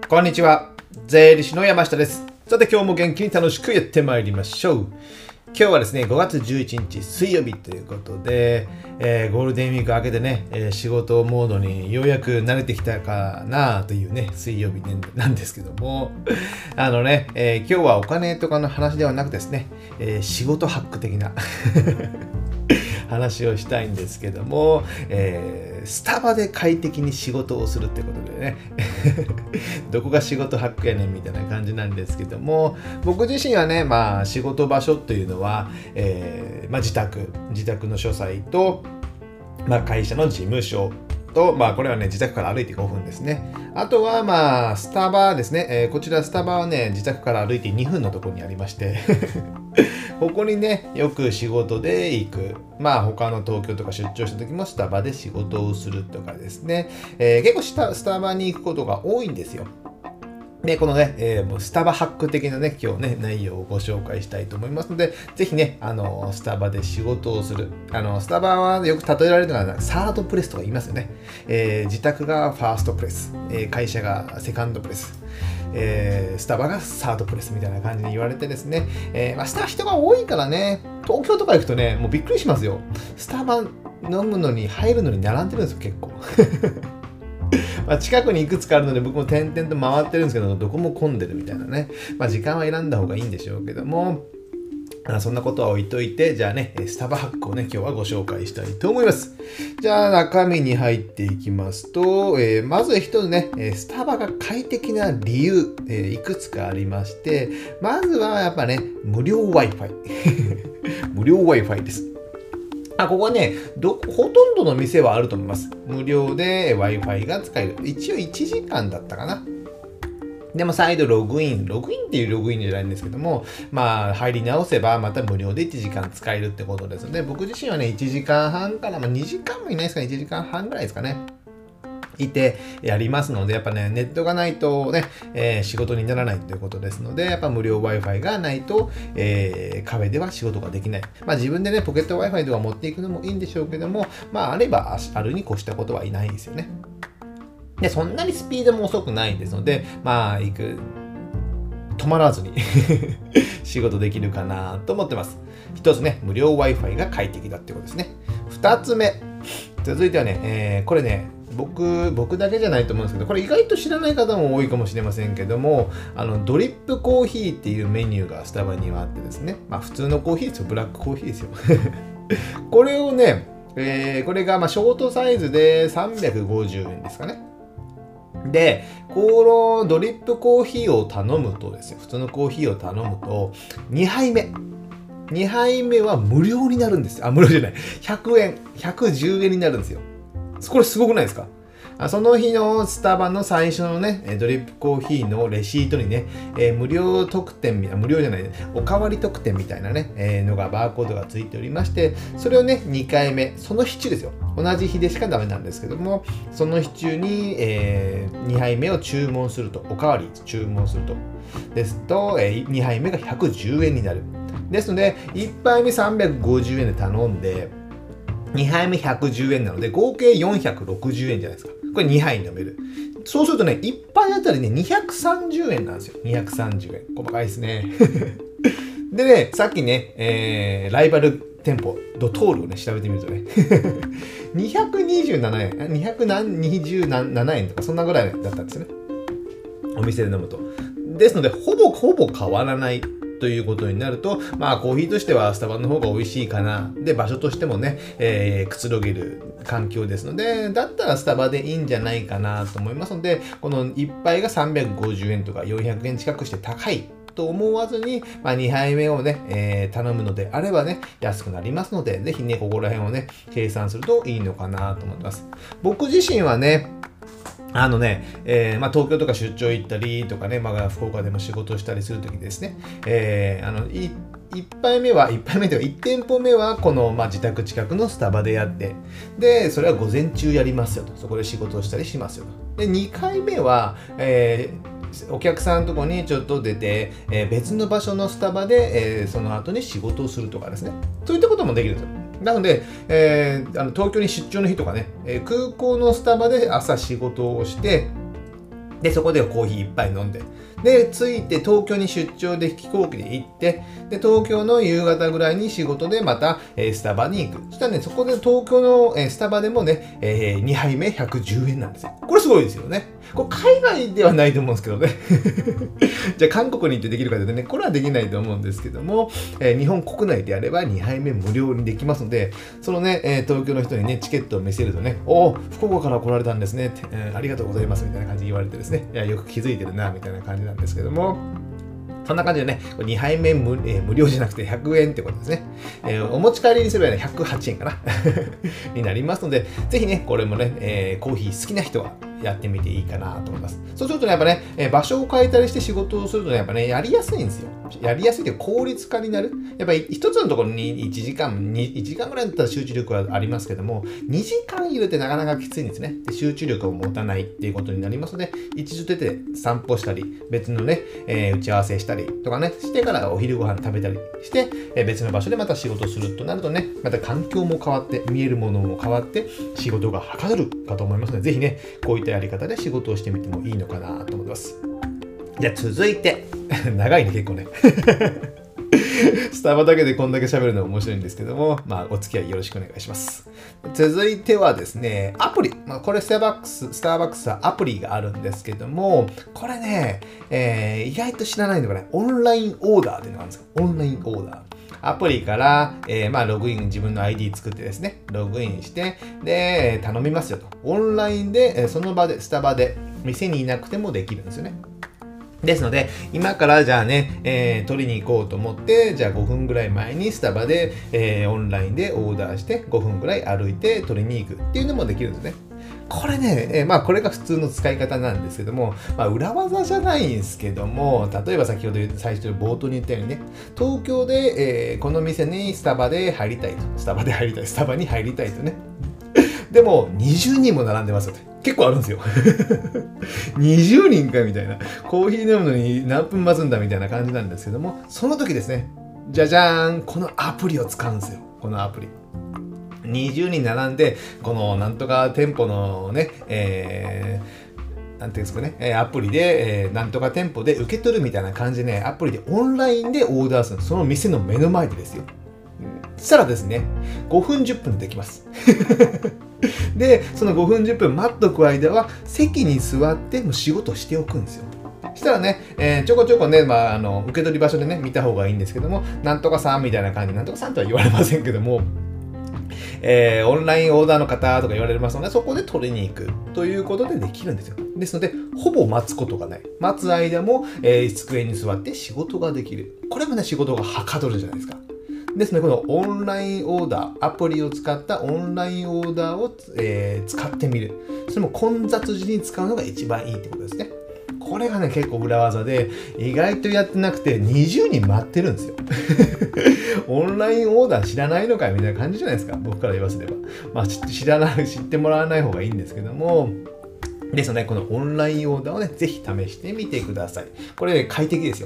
こんにちは。税理士の山下です。さて今日も元気に楽しくやってまいりましょう。今日はですね、5月11日水曜日ということで、ゴールデンウィーク明けてね、仕事モードにようやく慣れてきたかなというね、水曜日なんですけども、今日はお金とかの話ではなくですね、仕事ハック的な話をしたいんですけども、スタバで快適に仕事をするってことでねどこが仕事ハックやねんみたいな感じなんですけども、僕自身はね、仕事場所というのは、自宅の書斎と、会社の事務所と、これはね、自宅から歩いて5分ですね。あとは、スタバですね。こちらスタバはね、自宅から歩いて2分のところにありましてここにね、よく仕事で行く。他の東京とか出張した時もスタバで仕事をするとかですね。結構スタバに行くことが多いんですよ。で、このね、もうスタバハック的なね、今日ね、内容をご紹介したいと思いますので、ぜひね、スタバで仕事をする。スタバはよく例えられるのが、サードプレスとか言いますよね。自宅がファーストプレス、会社がセカンドプレス、スタバがサードプレスみたいな感じに言われてですね、スタバ人が多いからね、東京とか行くとね、もうびっくりしますよ。スタバ飲むのに、入るのに並んでるんですよ、結構。近くにいくつかあるので僕も点々と回ってるんですけど、どこも混んでるみたいなね。時間は選んだ方がいいんでしょうけども、そんなことは置いといて、じゃあね、スタバハックをね、今日はご紹介したいと思います。じゃあ中身に入っていきますと、まず一つね、スタバが快適な理由、いくつかありまして、まずはやっぱね、無料 Wi-Fi。無料 Wi-Fi です。ここはね、ほとんどの店はあると思います。無料で Wi-Fi が使える。一応1時間だったかな。でも再度ログインっていうログインじゃないんですけども、入り直せばまた無料で1時間使えるってことですので、僕自身はね、1時間半から、2時間もいないですかね、1時間半ぐらいですかね。いてやりますので、やっぱね、ネットがないとね、仕事にならないということですので、やっぱ無料 Wi-Fi がないと、カフェでは仕事ができない。自分でね、ポケット Wi-Fi とか持っていくのもいいんでしょうけども、あればあるに越したことはいないですよね。で、そんなにスピードも遅くないですので、止まらずに仕事できるかなと思ってます。一つね、無料 Wi-Fi が快適だってことですね。二つ目。続いてはね、これね、僕だけじゃないと思うんですけど、これ意外と知らない方も多いかもしれませんけども、ドリップコーヒーっていうメニューがスタバにはあってですね、普通のコーヒーですよ、ブラックコーヒーですよ。これをね、これがショートサイズで350円ですかね。で、このドリップコーヒーを頼むとですよ、普通のコーヒーを頼むと、2杯目は無料になるんですよ。無料じゃない。100円、110円になるんですよ。これすごくないですか？その日のスタバの最初のね、ドリップコーヒーのレシートにね、無料特典、無料じゃない、おかわり特典みたいなね、のがバーコードがついておりまして、それをね、2回目、その日中ですよ。同じ日でしかダメなんですけども、その日中に、2杯目を注文すると、おかわり注文すると、ですと、2杯目が110円になる。ですので、1杯目350円で頼んで、2杯目110円なので、合計460円じゃないですか。これ2杯飲める。そうするとね、1杯あたりね、230円なんですよ。230円。細かいですね。でね、さっきね、ライバル店舗、ドトールをね、調べてみるとね、227円、227円とか、そんなぐらいだったんですよね。お店で飲むと。ですので、ほぼ変わらないということになると、コーヒーとしてはスタバの方が美味しいかな。で、場所としてもね、くつろげる環境ですので、だったらスタバでいいんじゃないかなと思いますので、この1杯が350円とか400円近くして高いと思わずに、2杯目をね、頼むのであればね、安くなりますので、ぜひね、ここら辺をね、計算するといいのかなと思ってます。僕自身はね、東京とか出張行ったりとかね、福岡でも仕事をしたりするときですね、1杯目というか1店舗目はこの、自宅近くのスタバでやって、で、それは午前中やりますよと。そこで仕事をしたりしますよと。で、2回目は、お客さんのところにちょっと出て、別の場所のスタバで、その後に仕事をするとかですね。そういったこともできるんですよ。なので、東京に出張の日とかね、空港のスタバで朝仕事をして、 で、そこでコーヒー一杯飲んで、で、着いて東京に出張で飛行機で行って、で、東京の夕方ぐらいに仕事でまた、スタバに行く。そしたらね、そこで東京の、スタバでもね、2杯目110円なんですよ。これすごいですよね。これ海外ではないと思うんですけどね。じゃあ韓国に行ってできるかというとね、これはできないと思うんですけども、日本国内であれば2杯目無料にできますので、そのね、東京の人にね、チケットを見せるとね、おー、福岡から来られたんですねって、ありがとうございますみたいな感じで言われてですね、いや、よく気づいてるなみたいな感じなんですけども、そんな感じでね、2杯目無料じゃなくて100円ってことですね。お持ち帰りにすればね、108円かなになりますので、ぜひね、これもね、コーヒー好きな人はやってみていいかなと思います。そうするとね、やっぱね、場所を変えたりして仕事をするとね、やっぱね、やりやすいんですよ。やりやすいというか効率化になる。やっぱり一つのところに1時間ぐらいだったら集中力はありますけども、2時間いるってなかなかきついんですね。で、集中力を持たないっていうことになりますので、一度出て散歩したり、別のね、打ち合わせしたりとかね、してからお昼ご飯食べたりして、別の場所でまた仕事するとなるとね、また環境も変わって、見えるものも変わって、仕事がはかどるかと思いますので、ぜひね、こういったやり方で仕事をしてみてもいいのかなと思います。じゃあ続いて、長いね、結構ね。スタバだけでこんだけ喋るのも面白いんですけども、まあ、お付き合いよろしくお願いします。続いてはですね、アプリ。これスターバックスはアプリがあるんですけども、これね、意外と知らないのがね、オンラインオーダーっていうのがあるんですよ。オンラインオーダー。アプリから、ログイン、自分の ID 作ってですね、ログインして、で、頼みますよと。オンラインで、その場で、スタバで、店にいなくてもできるんですよね。ですので、今からじゃあね、取りに行こうと思って、じゃあ5分ぐらい前にスタバで、オンラインでオーダーして5分ぐらい歩いて取りに行くっていうのもできるんですね。これね、これが普通の使い方なんですけども、裏技じゃないんですけども、例えば先ほど最初冒頭に言ったようにね、東京で、この店にスタバに入りたいとね。でも、20人も並んでますよって。結構あるんですよ。20人かみたいな。コーヒー飲むのに何分待つんだみたいな感じなんですけども、その時ですね、じゃじゃーん、このアプリを使うんですよ。このアプリ。20人並んで、このなんとか店舗のね、なんていうんですかね、アプリで、なんとか店舗で受け取るみたいな感じでね、アプリでオンラインでオーダーする。その店の目の前でですよ。そしたらですね、5分10分でできます。で、その5分10分待っとく間は席に座ってもう仕事しておくんですよ。したらね、ちょこちょこね、受け取り場所でね、見た方がいいんですけども、なんとかさんみたいな感じ、なんとかさんとは言われませんけども、オンラインオーダーの方とか言われますので、そこで取りに行くということでできるんですよ。ですので、ほぼ待つことがない。待つ間も、机に座って仕事ができる。これもね、仕事がはかどるじゃないですか。ですね、このオンラインオーダー、アプリを使ったオンラインオーダーを、使ってみる。それも混雑時に使うのが一番いいってことですね。これがね、結構裏技で、意外とやってなくて20人待ってるんですよ。オンラインオーダー知らないのかいみたいな感じじゃないですか。僕から言わせれば。知ってもらわない方がいいんですけども、ですので、このオンラインオーダーをね、ぜひ試してみてください。これ、快適ですよ。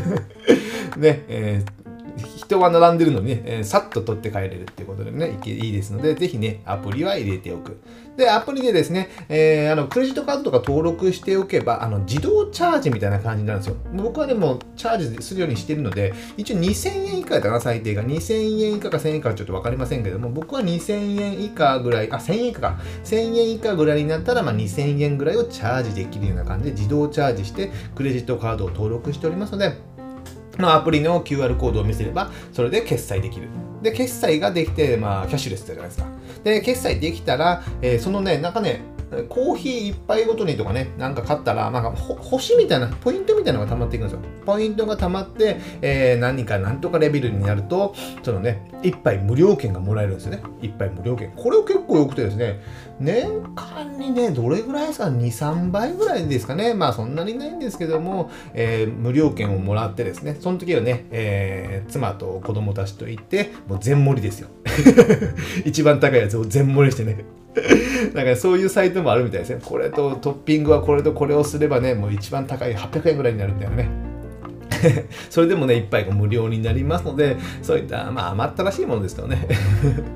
ね、人は並んでるのにね、さっと取って帰れるっていうことでね、いいですので、ぜひね、アプリは入れておく。で、アプリでですね、クレジットカードとか登録しておけば、自動チャージみたいな感じになるんですよ。僕はでも、チャージするようにしてるので、一応2000円以下だな、最低が。2000円以下か1000円以下はちょっとわかりませんけども、僕は2000円以下ぐらい、1000円以下か。1000円以下ぐらいになったら、2000円ぐらいをチャージできるような感じで、自動チャージして、クレジットカードを登録しておりますので、アプリの QR コードを見せれば、それで決済できる。で、決済ができて、キャッシュレスじゃないですか。で、決済できたら、そのね、コーヒー一杯ごとにとかね、なんか買ったら、星みたいな、ポイントみたいなのが溜まっていくんですよ。ポイントが溜まって、何かなんとかレベルになると、そのね、一杯無料券がもらえるんですよね。一杯無料券。これを結構良くてですね、年間にね、どれぐらいですか ?2、3倍ぐらいですかね。そんなにないんですけども、無料券をもらってですね、その時はね、妻と子供たちと行って、もう全盛りですよ。一番高いやつを全盛りしてね。だからそういうサイトもあるみたいですね。これとトッピングはこれとこれをすればね、もう一番高い800円ぐらいになるみたいなね。それでもね、一杯が無料になりますので、そういった、余ったらしいものですけどね。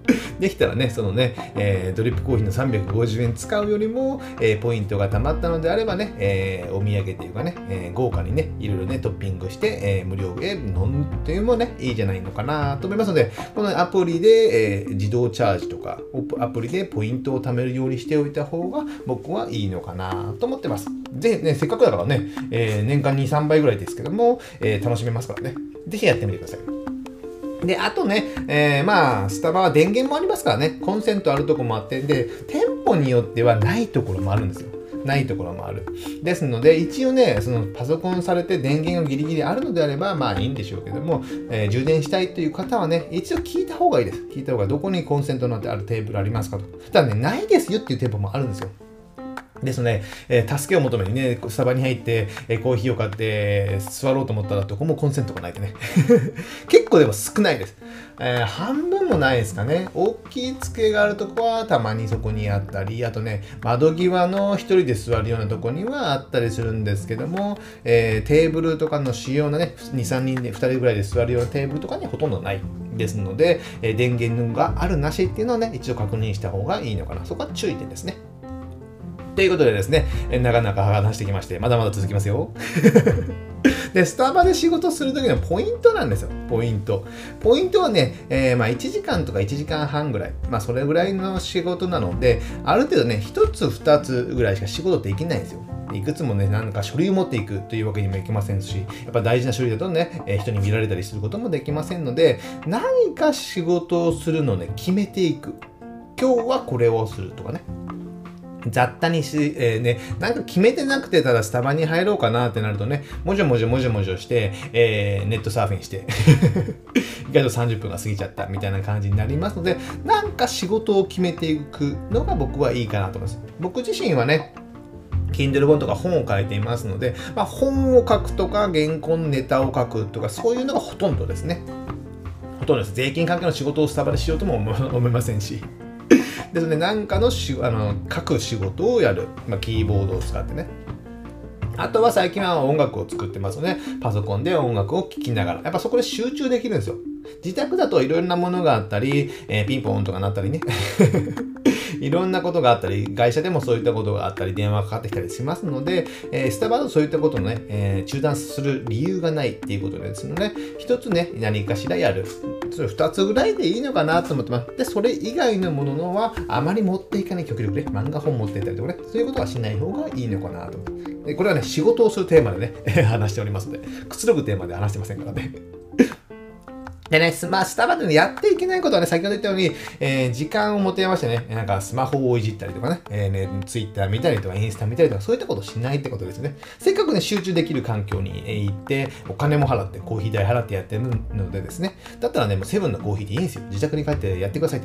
できたらね、そのね、ドリップコーヒーの350円使うよりも、ポイントが貯まったのであればね、お土産というかね、豪華にね、いろいろね、トッピングして、無料で飲むっていうのもね、いいじゃないのかなと思いますので、このアプリで、自動チャージとか、アプリでポイントを貯めるようにしておいた方が僕はいいのかなと思ってます。で、ね、せっかくだからね、年間2、3倍ぐらいですけども、楽しめますからね。ぜひやってみてください。で、あとね、スタバは電源もありますからね、コンセントあるところもあって、で、店舗によってはないところもあるんですよ。ないところもある。ですので、一応ね、そのパソコンされて電源がギリギリあるのであれば、まあいいんでしょうけども、充電したいという方はね、一応聞いた方がいいです。聞いた方がどこにコンセントなんてあるテーブルありますかと。ただね、ないですよっていう店舗もあるんですよ。ですので、助けを求めにね、スタバに入って、コーヒーを買って座ろうと思ったらどこもコンセントがないでね。結構でも少ないです。半分もないですかね。大きい机があるとこはたまにそこにあったり、あとね、窓際の一人で座るようなとこにはあったりするんですけども、テーブルとかの主要なね、2、3人で2人ぐらいで座るようなテーブルとかにはほとんどないですので、電源があるなしっていうのをね、一度確認した方がいいのかな。そこは注意点ですね。ということでですね、なかなか話してきまして、まだまだ続きますよ。で、スタバで仕事するときのポイントなんですよ。ポイント。ポイントはね、1時間とか1時間半ぐらい。それぐらいの仕事なので、ある程度ね、1つ2つぐらいしか仕事できないんですよ。いくつもね、なんか書類を持っていくというわけにもいきませんし、やっぱ大事な書類だとね、人に見られたりすることもできませんので、何か仕事をするのをね、決めていく。今日はこれをするとかね。雑多になんか決めてなくて、ただスタバに入ろうかなってなるとね、もじょもじょして、ネットサーフィンして、意外と30分が過ぎちゃったみたいな感じになりますので、なんか仕事を決めていくのが僕はいいかなと思います。僕自身はね、Kindle 本とか本を書いていますので、本を書くとか、原稿のネタを書くとか、そういうのがほとんどですね。ほとんどです。税金関係の仕事をスタバでしようとも思いませんし。ですので、何かの書く仕事をやる。キーボードを使ってね。あとは最近は音楽を作ってますので、パソコンで音楽を聴きながら、やっぱそこで集中できるんですよ。自宅だといろんなものがあったり、ピンポンとかなったりね。いろんなことがあったり、会社でもそういったことがあったり、電話がかかってきたりしますので、スタバだとそういったことをね、中断する理由がないっていうことですので、一つね、何かしらやる。それ2つぐらいでいいのかなと思ってます。で、それ以外のものはあまり持っていかない極力ね、漫画本持っていったりとかね、そういうことはしない方がいいのかなと思って。でこれはね、仕事をするテーマでね、話しておりますので、くつろぐテーマで話してませんからね。でね、スタバでやっていけないことはね、先ほど言ったように、時間を持て余してね、なんかスマホをいじったりとかね、ツイッター見たりとか、インスタ見たりとか、そういったことをしないってことですね。せっかくね、集中できる環境に行って、お金も払って、コーヒー代払ってやってるのでですね、だったらね、もうセブンのコーヒーでいいんですよ。自宅に帰ってやってくださいって。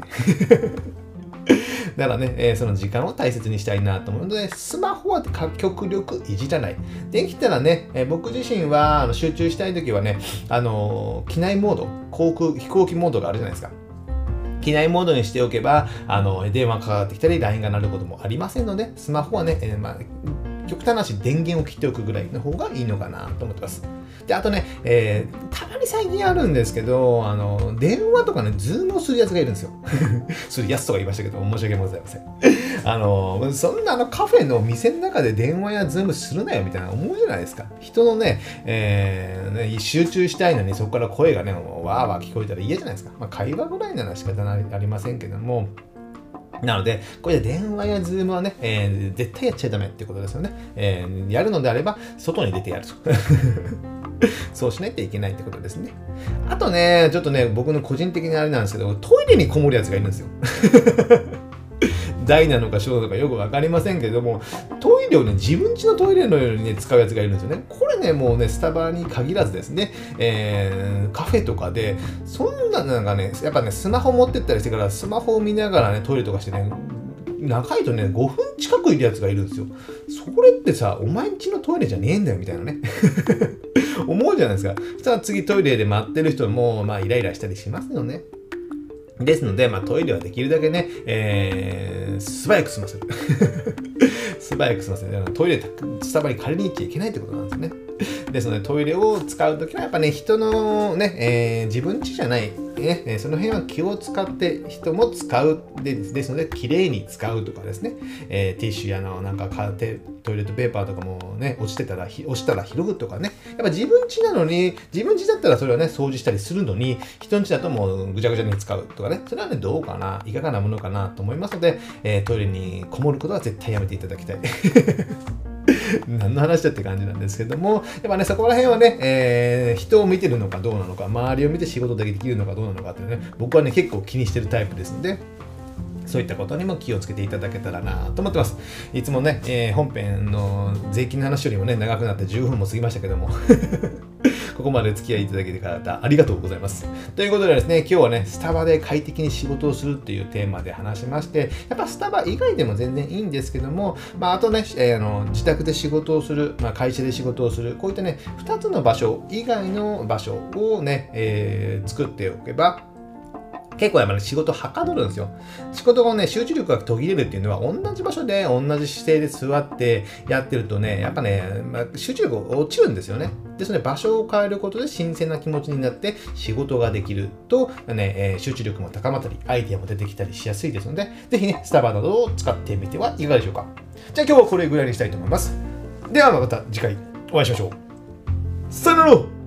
だからね、その時間を大切にしたいなと思うので、スマホは極力いじらない。できたらね、僕自身は集中したいときはね、機内モード、飛行機モードがあるじゃないですか。機内モードにしておけば、電話かかってきたり、LINE が鳴ることもありませんので、スマホはね、極端なし電源を切っておくぐらいの方がいいのかなと思ってます。で、あとね、たまに最近あるんですけど、電話とかね、ズームをするやつがいるんですよ。するやつとか言いましたけど、申し訳ございません。そんなカフェの店の中で電話やズームするなよみたいな思うじゃないですか。人のね、集中したいのにそこから声がね、わーわー聞こえたら嫌じゃないですか。会話ぐらいなら仕方ありませんけども、なので、これで電話やズームはね、絶対やっちゃダメってことですよね。やるのであれば、外に出てやると。そうしないといけないってことですね。あとね、ちょっとね、僕の個人的にあれなんですけど、トイレにこもるやつがいるんですよ。大なのか小なのかよくわかりませんけれども、トイレをね、自分家のトイレのようにね、使うやつがいるんですよね。これね、もうね、スタバに限らずですね、カフェとかで、そんななんかね、やっぱね、スマホ持ってったりしてから、スマホを見ながらね、トイレとかしてね、長いとね、5分近くいるやつがいるんですよ。それってさ、お前んちのトイレじゃねえんだよ、みたいなね。思うじゃないですか。そしたら次トイレで待ってる人も、イライラしたりしますよね。ですので、トイレはできるだけね、素早く済ませる。素早く済ませる。トイレ、スタバに借りに行っちゃいけないってことなんですね。ですので、トイレを使うときは、やっぱね、人のね、自分家じゃない、 ね、その辺は気を使って人も使うですので、きれいに使うとかですね、ティッシュやなんかトイレットペーパーとかもね、落ちたら拾うとかね、やっぱ自分家なのに、自分家だったらそれはね、掃除したりするのに、人ん家だともうぐちゃぐちゃに使うとかね、それはね、どうかな、いかがなものかなと思いますので、トイレにこもることは絶対やめていただきたい。何の話だって感じなんですけども、やっぱね、そこら辺はね、人を見てるのかどうなのか、周りを見て仕事できるのかどうなのかってね、僕はね、結構気にしてるタイプですので、そういったことにも気をつけていただけたらなと思ってます。いつもね、本編の税金の話よりもね、長くなって15分も過ぎましたけども、ここまで付き合いいただけてからありがとうございます。ということでですね、今日はね、スタバで快適に仕事をするっていうテーマで話しまして、やっぱスタバ以外でも全然いいんですけども、あとね、自宅で仕事をする、会社で仕事をする、こういったね、2つの場所以外の場所をね、作っておけば、結構やっぱり仕事はかどるんですよ。仕事がね、集中力が途切れるっていうのは、同じ場所で同じ姿勢で座ってやってるとね、やっぱね、集中力が落ちるんですよね。ですので、場所を変えることで新鮮な気持ちになって仕事ができると、ね、集中力も高まったり、アイデアも出てきたりしやすいですので、ぜひね、スタバなどを使ってみてはいかがでしょうか。じゃあ今日はこれぐらいにしたいと思います。ではまた次回お会いしましょう。さよなら。